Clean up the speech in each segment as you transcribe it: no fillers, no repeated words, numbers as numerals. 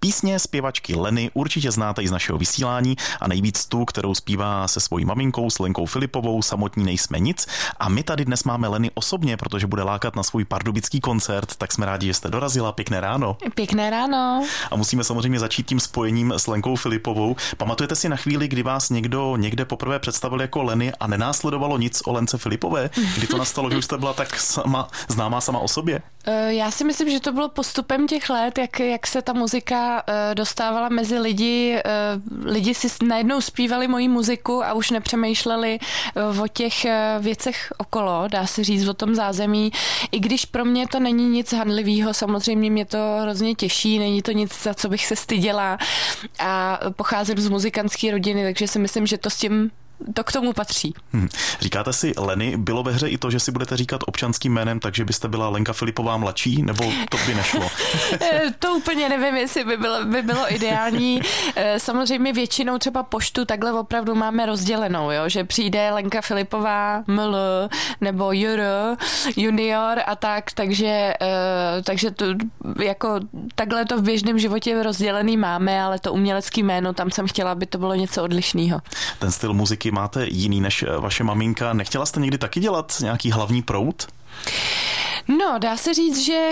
Písně zpěvačky Leny určitě znáte i z našeho vysílání a nejvíc tu, kterou zpívá se svojí maminkou, s Lenkou Filipovou, Samotní nejsme nic. A my tady dnes máme Leny osobně, protože bude lákat na svůj pardubický koncert, tak jsme rádi, že jste dorazila. Pěkné ráno. Pěkné ráno. A musíme samozřejmě začít tím spojením s Lenkou Filipovou. Pamatujete si na chvíli, kdy vás někdo někde poprvé představil jako Leny a nenásledovalo nic o Lence Filipové? Kdy to nastalo, že už jste byla tak známá sama o sobě? Já si myslím, že to bylo postupem těch let, jak se ta muzika dostávala mezi lidi. Lidi si najednou zpívali moji muziku a už nepřemýšleli o těch věcech okolo, dá se říct, o tom zázemí. I když pro mě to není nic hanlivého, samozřejmě mě to hrozně těší, není to nic, za co bych se styděla a pocházím z muzikantské rodiny, takže si myslím, že to k tomu patří. Říkáte si Leny, bylo ve hře i to, že si budete říkat občanským jménem, takže byste byla Lenka Filipová mladší, nebo to by nešlo? To úplně nevím, jestli by bylo ideální. Samozřejmě většinou třeba poštu takhle opravdu máme rozdělenou, jo? Že přijde Lenka Filipová ML nebo JR, junior a takže to, jako takhle to v běžném životě rozdělený máme, ale to umělecký jméno, tam jsem chtěla, aby to bylo něco odlišného. Ten styl muziky máte jiný než vaše maminka. Nechtěla jste někdy taky dělat nějaký hlavní proud? No, dá se říct, že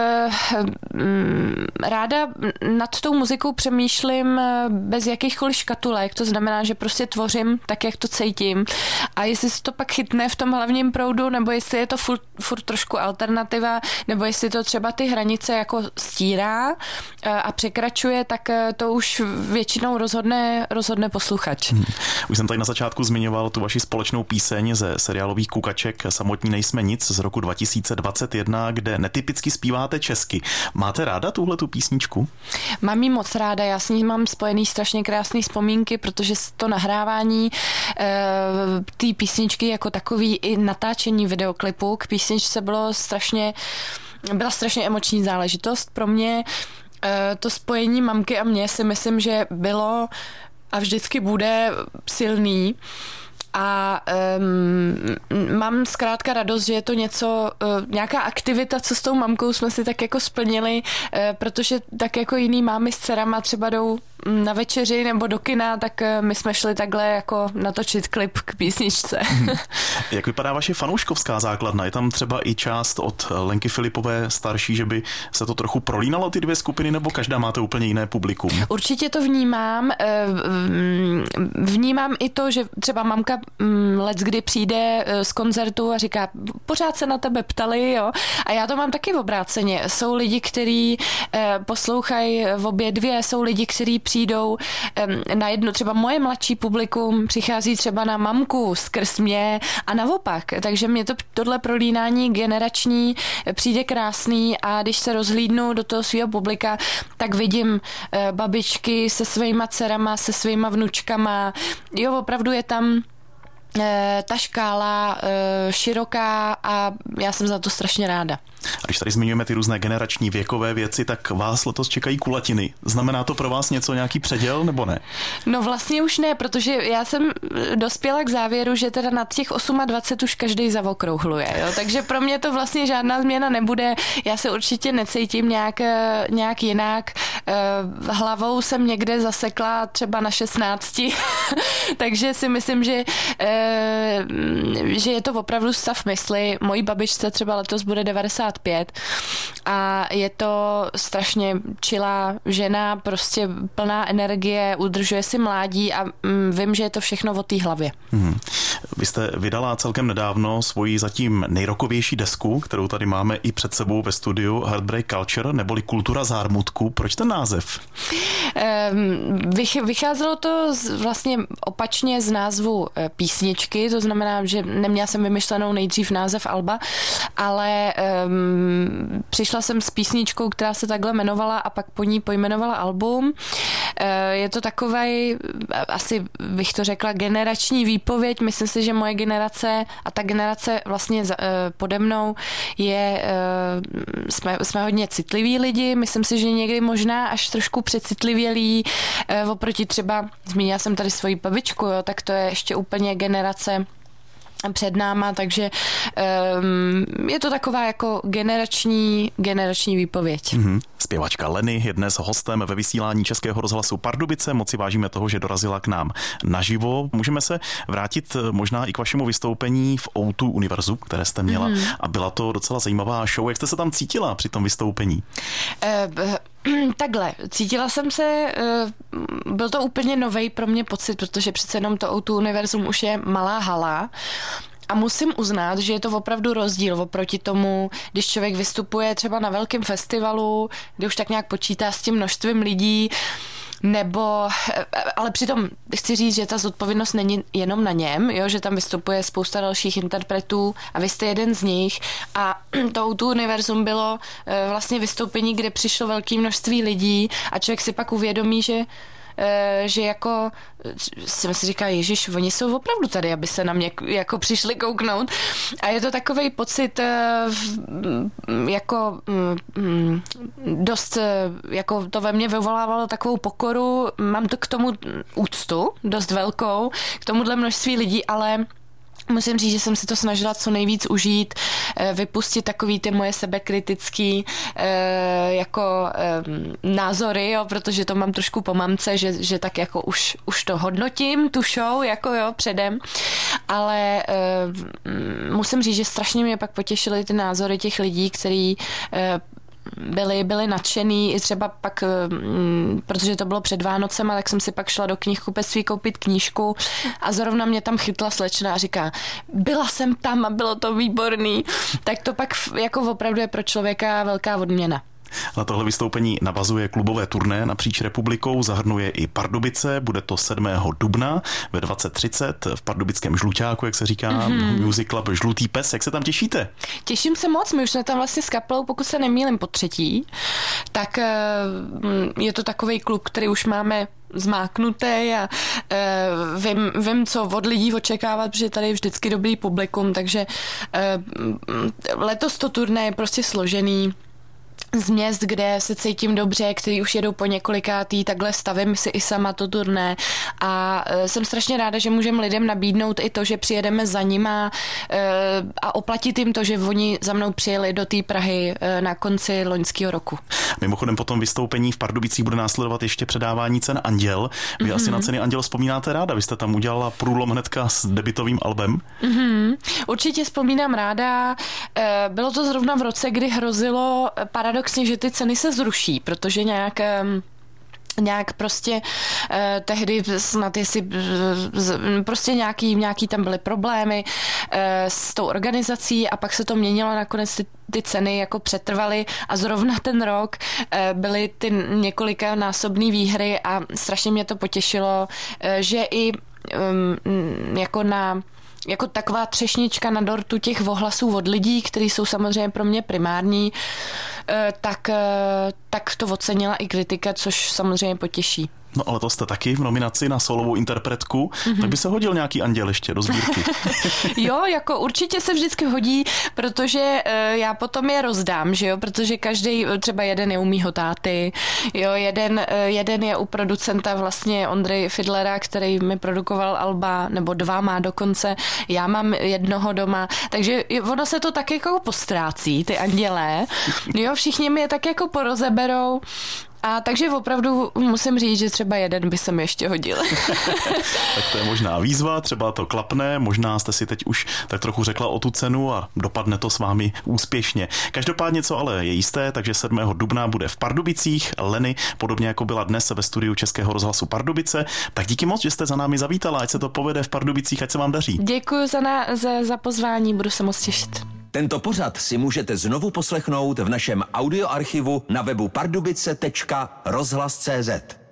ráda nad tou muzikou přemýšlím bez jakýchkoliv škatulek, to znamená, že prostě tvořím tak, jak to cítím a jestli se to pak chytne v tom hlavním proudu, nebo jestli je to furt trošku alternativa, nebo jestli to třeba ty hranice jako stírá a překračuje, tak to už většinou rozhodne posluchač. Už jsem tady na začátku zmiňoval tu vaši společnou píseň ze seriálových kukaček Samotní nejsme nic z roku 2021, kde netypicky zpíváte česky. Máte ráda tuhletu písničku? Mám ji moc ráda, já s ní mám spojený strašně krásný vzpomínky, protože to nahrávání té písničky jako takový i natáčení videoklipu k písničce byla strašně emoční záležitost pro mě. To spojení mamky a mě si myslím, že bylo a vždycky bude silný. A mám zkrátka radost, že je to nějaká aktivita, co s tou mamkou jsme si tak jako splnili, protože tak jako jiný mámy s dcerama třeba jdou na večeři nebo do kina, tak my jsme šli takhle jako natočit klip k písničce. Jak vypadá vaše fanouškovská základna? Je tam třeba i část od Lenky Filipové starší, že by se to trochu prolínalo ty dvě skupiny, nebo každá máte úplně jiné publikum? Určitě to vnímám. Vnímám i to, že třeba mamka leckdy přijde z koncertu a říká, pořád se na tebe ptali, jo. A já to mám taky v obráceně. Jsou lidi, kteří poslouchají v obě dvě, jsou lidi, kteří přijdou na jednu, třeba moje mladší publikum přichází třeba na mamku skrz mě a naopak. Takže mě tohle prolínání generační přijde krásný a když se rozhlídnu do toho svého publika, tak vidím babičky se svýma dcerama, se svýma vnučkama. Jo, opravdu je tam ta škála široká a já jsem za to strašně ráda. A když tady zmiňujeme ty různé generační věkové věci, tak vás letos čekají kulatiny. Znamená to pro vás něco, nějaký předěl, nebo ne? No vlastně už ne, protože já jsem dospěla k závěru, že teda nad těch 28 už každej zaokrouhluje. Jo? Takže pro mě to vlastně žádná změna nebude. Já se určitě necítím nějak jinak. Hlavou jsem někde zasekla třeba na 16. Takže si myslím, že je to opravdu stav mysli. Mojí babičce třeba letos bude 95 a je to strašně chillá žena, prostě plná energie, udržuje si mládí a vím, že je to všechno o té hlavě. Vy jste vydala celkem nedávno svoji zatím nejrokovější desku, kterou tady máme i před sebou ve studiu Heartbreak Culture, neboli Kultura zármutku. Proč ten název? Vycházelo to vlastně opačně z názvu písničky, to znamená, že neměla jsem vymyšlenou nejdřív název alba, ale přišla jsem s písničkou, která se takhle jmenovala a pak po ní pojmenovala album. Je to takovej, asi bych to řekla, generační výpověď. Myslím si, že moje generace a ta generace vlastně pode mnou jsme hodně citliví lidi. Myslím si, že někdy možná až trošku přecitlivělí oproti třeba, zmínila jsem tady svoji babičku, jo, tak to je ještě úplně generace před náma, takže je to taková jako generační výpověď. Zpěvačka Leny je dnes hostem ve vysílání Českého rozhlasu Pardubice. Moc si vážíme toho, že dorazila k nám naživo. Můžeme se vrátit možná i k vašemu vystoupení v O2 Univerzu, které jste měla a byla to docela zajímavá show. Jak jste se tam cítila při tom vystoupení? Takhle, cítila jsem se, byl to úplně novej pro mě pocit, protože přece jenom to O2 Univerzum už je malá hala. A musím uznat, že je to opravdu rozdíl oproti tomu, když člověk vystupuje třeba na velkém festivalu, kde už tak nějak počítá s tím množstvím lidí, ale přitom chci říct, že ta zodpovědnost není jenom na něm, jo, že tam vystupuje spousta dalších interpretů a vy jste jeden z nich a to O2 Univerzum bylo vlastně vystoupení, kde přišlo velké množství lidí a člověk si pak uvědomí, že jako jsem si říkala, ježiš, oni jsou opravdu tady, aby se na mě jako přišli kouknout. A je to takovej pocit jako dost, jako to ve mně vyvolávalo takovou pokoru, mám to k tomu úctu, dost velkou, k tomuhle množství lidí, ale musím říct, že jsem si to snažila co nejvíc užít, vypustit takový ty moje sebekritický jako názory, jo, protože to mám trošku po mamce, že tak jako už to hodnotím, tu show, jako jo, předem, ale musím říct, že strašně mě pak potěšily ty názory těch lidí, kteří byli nadšený, i třeba pak, protože to bylo před Vánocema, tak jsem si pak šla do knihkupectví koupit knížku a zrovna mě tam chytla slečna a říká, byla jsem tam a bylo to výborný. Tak to pak jako opravdu je pro člověka velká odměna. Na tohle vystoupení navazuje klubové turné napříč republikou, zahrnuje i Pardubice, bude to 7. dubna ve 20:30 v pardubickém Žluťáku, jak se říká, Music Club Žlutý pes. Jak se tam těšíte? Těším se moc, my už jsme tam vlastně s kapelou, pokud se nemýlím, po třetí, tak je to takovej klub, který už máme zmáknutý a vím, co od lidí očekávat, protože tady je vždycky dobrý publikum, takže letos to turné je prostě složený z měst, kde se cítím dobře, který už jedou po několikátý, takhle stavím si i sama to turné a jsem strašně ráda, že můžeme lidem nabídnout i to, že přijedeme za nima a oplatit jim to, že oni za mnou přijeli do té Prahy na konci loňského roku. Mimochodem po tom vystoupení v Pardubicích bude následovat ještě předávání cen Anděl. Vy asi na ceny Anděl vzpomínáte ráda, vy jste tam udělala průlom hnedka s debutovým albem. Určitě vzpomínám ráda. Bylo to zrovna v roce, kdy hrozilo paradoxně, že ty ceny se zruší, protože nějak prostě tehdy snad prostě nějaký tam byly problémy s tou organizací a pak se to měnilo, nakonec ty ceny jako přetrvaly a zrovna ten rok byly ty několikanásobné výhry a strašně mě to potěšilo, že i jako taková třešnička na dortu těch ohlasů od lidí, kteří jsou samozřejmě pro mě primární, tak to ocenila i kritika, což samozřejmě potěší. No ale to jste taky v nominaci na solovou interpretku, tak by se hodil nějaký Anděl ještě do sbírky. Jo, jako určitě se vždycky hodí, protože já potom je rozdám, že jo, protože každý, třeba jeden je u mýho táty, jo, jeden je u producenta vlastně Ondry Fidlera, který mi produkoval alba, nebo 2 má dokonce, já mám jednoho doma, takže ono se to tak jako postrácí, ty andělé, jo, všichni mi je tak jako porozeberou. A takže opravdu musím říct, že třeba jeden by se mi ještě hodil. Tak to je možná výzva, třeba to klapne, možná jste si teď už tak trochu řekla o tu cenu a dopadne to s vámi úspěšně. Každopádně co ale je jisté, takže 7. dubna bude v Pardubicích Leny, podobně jako byla dnes ve studiu Českého rozhlasu Pardubice. Tak díky moc, že jste za námi zavítala, ať se to povede v Pardubicích, ať se vám daří. Děkuji za pozvání, budu se moc těšit. Tento pořad si můžete znovu poslechnout v našem audioarchivu na webu pardubice.rozhlas.cz.